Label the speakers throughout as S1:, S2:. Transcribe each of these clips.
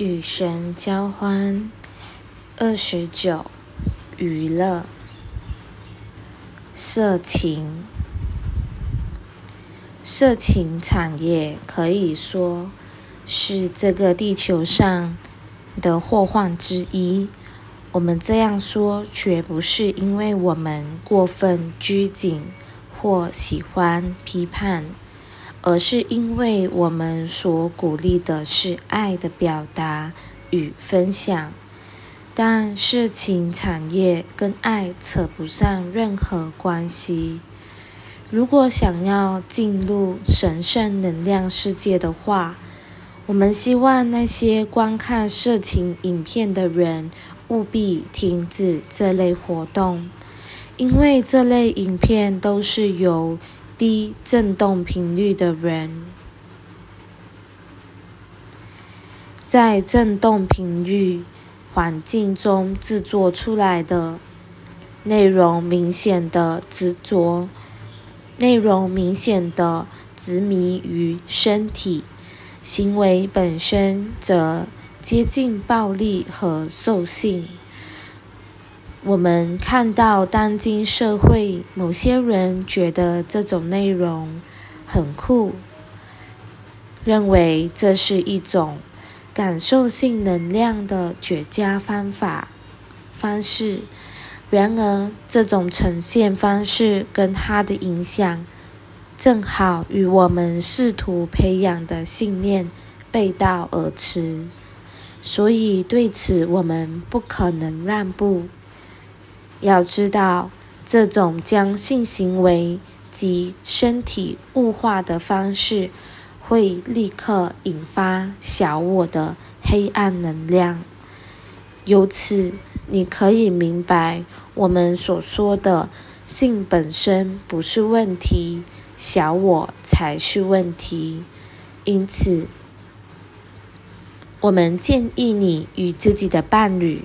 S1: 与神交欢。29. 娱乐。色情产业可以说是这个地球上的祸患之一。我们这样说绝不是因为我们过分拘谨或喜欢批判，而是因为我们所鼓励的是爱的表达与分享。但色情产业跟爱扯不上任何关系。如果想要进入神圣能量世界的话，我们希望那些观看色情影片的人务必停止这类活动，因为这类影片都是由低振动频率的人在振动频率环境中制作出来的，内容明显的执迷于身体，行为本身则接近暴力和兽性。我们看到当今社会某些人觉得这种内容很酷，认为这是一种感受性能量的绝佳方式。然而，这种呈现方式跟它的影响，正好与我们试图培养的信念背道而驰。所以对此我们不可能让步。要知道，这种将性行为及身体物化的方式会立刻引发小我的黑暗能量。由此，你可以明白我们所说的性本身不是问题，小我才是问题。因此，我们建议你与自己的伴侣，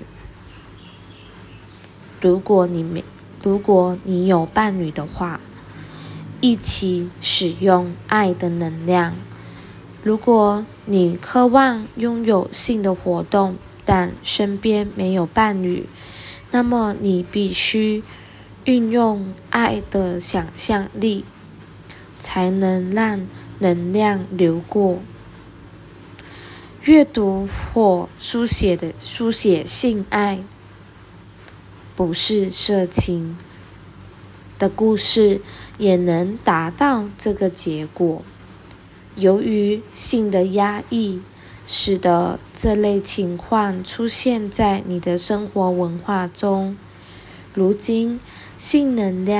S1: 如果你有伴侣的话，一起使用爱的能量。如果你渴望拥有性的活动，但身边没有伴侣，那么你必须运用爱的想象力，才能让能量流过。阅读或书写性爱，不是色情的故事，也能达到这个结果。由于性的压抑，使得这类情况出现在你的生活文化中。如今性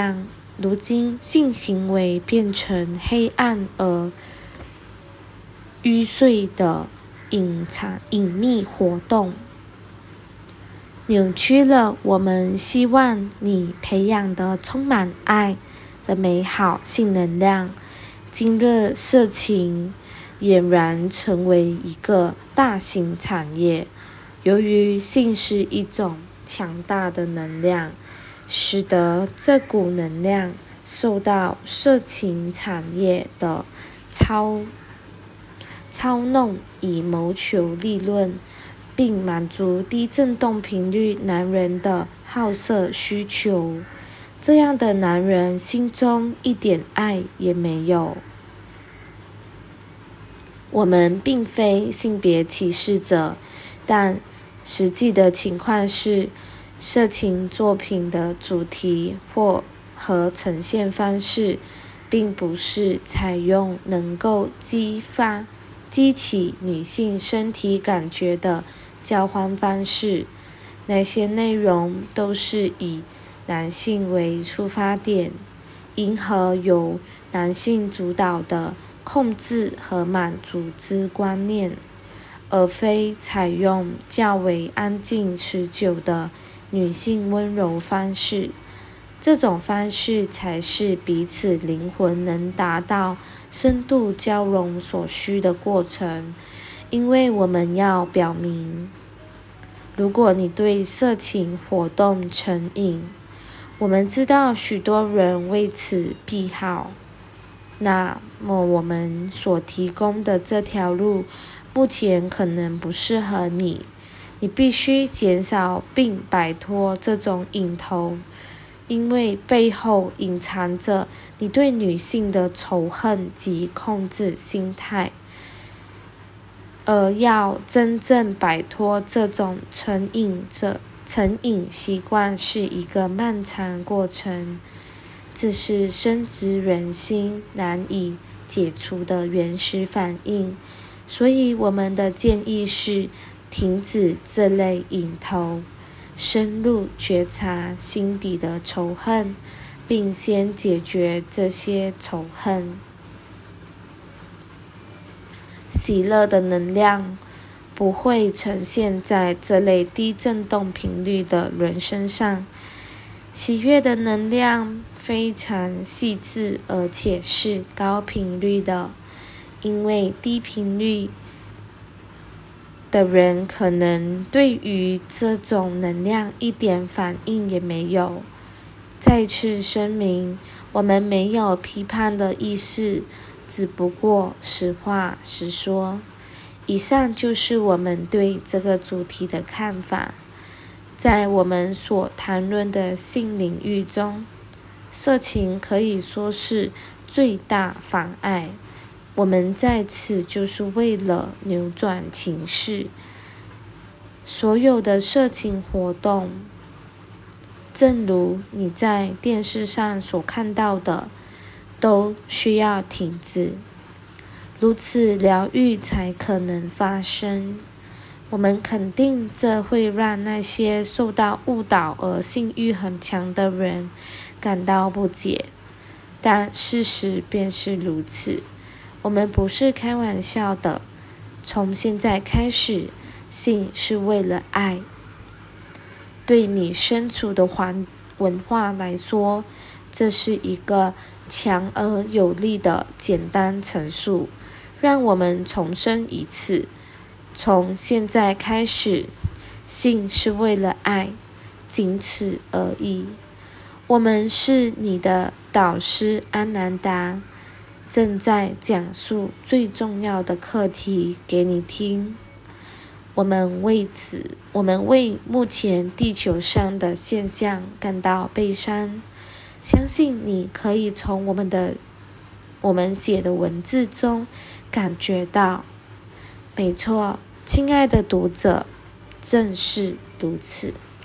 S1: 行为变成黑暗而迂碎的隐秘活动，扭曲了我们希望你培养的充满爱的美好性能量。今日色情俨然成为一个大型产业。由于性是一种强大的能量，使得这股能量受到色情产业的操弄，以谋求利润，并满足低振动频率男人的好色需求。这样的男人心中一点爱也没有。我们并非性别歧视者，但实际的情况是，色情作品的主题和呈现方式，并不是采用能够激起女性身体感觉的交欢方式。那些内容都是以男性为出发点，迎合由男性主导的控制和满足之观念，而非采用较为安静持久的女性温柔方式。这种方式才是彼此灵魂能达到深度交融所需的过程。因为我们要表明，如果你对色情活动成瘾，我们知道许多人为此癖好，那么我们所提供的这条路目前可能不适合你，你必须减少并摆脱这种瘾头，因为背后隐藏着你对女性的仇恨及控制心态。而要真正摆脱这种成瘾习惯是一个漫长过程，这是深植人心难以解除的原始反应。所以我们的建议是停止这类瘾头，深入觉察心底的仇恨，并先解决这些仇恨。喜乐的能量不会呈现在这类低振动频率的人身上，喜悦的能量非常细致，而且是高频率的，因为低频率的人可能对于这种能量一点反应也没有。再次声明，我们没有批判的意思，只不过实话实说。以上就是我们对这个主题的看法。在我们所谈论的性领域中，色情可以说是最大妨碍。我们在此就是为了扭转情势。所有的色情活动，正如你在电视上所看到的，都需要停止，如此疗愈才可能发生。我们肯定这会让那些受到误导而性欲很强的人感到不解，但事实便是如此。我们不是开玩笑的。从现在开始，性是为了爱。对你身处的文化来说，这是一个强而有力的简单陈述。让我们重申一次，从现在开始，性是为了爱，仅此而已。我们是你的导师安南达，正在讲述最重要的课题给你听。我们为目前地球上的现象感到悲伤，相信你可以从我们写的文字中感觉到。没错，亲爱的读者，正是如此。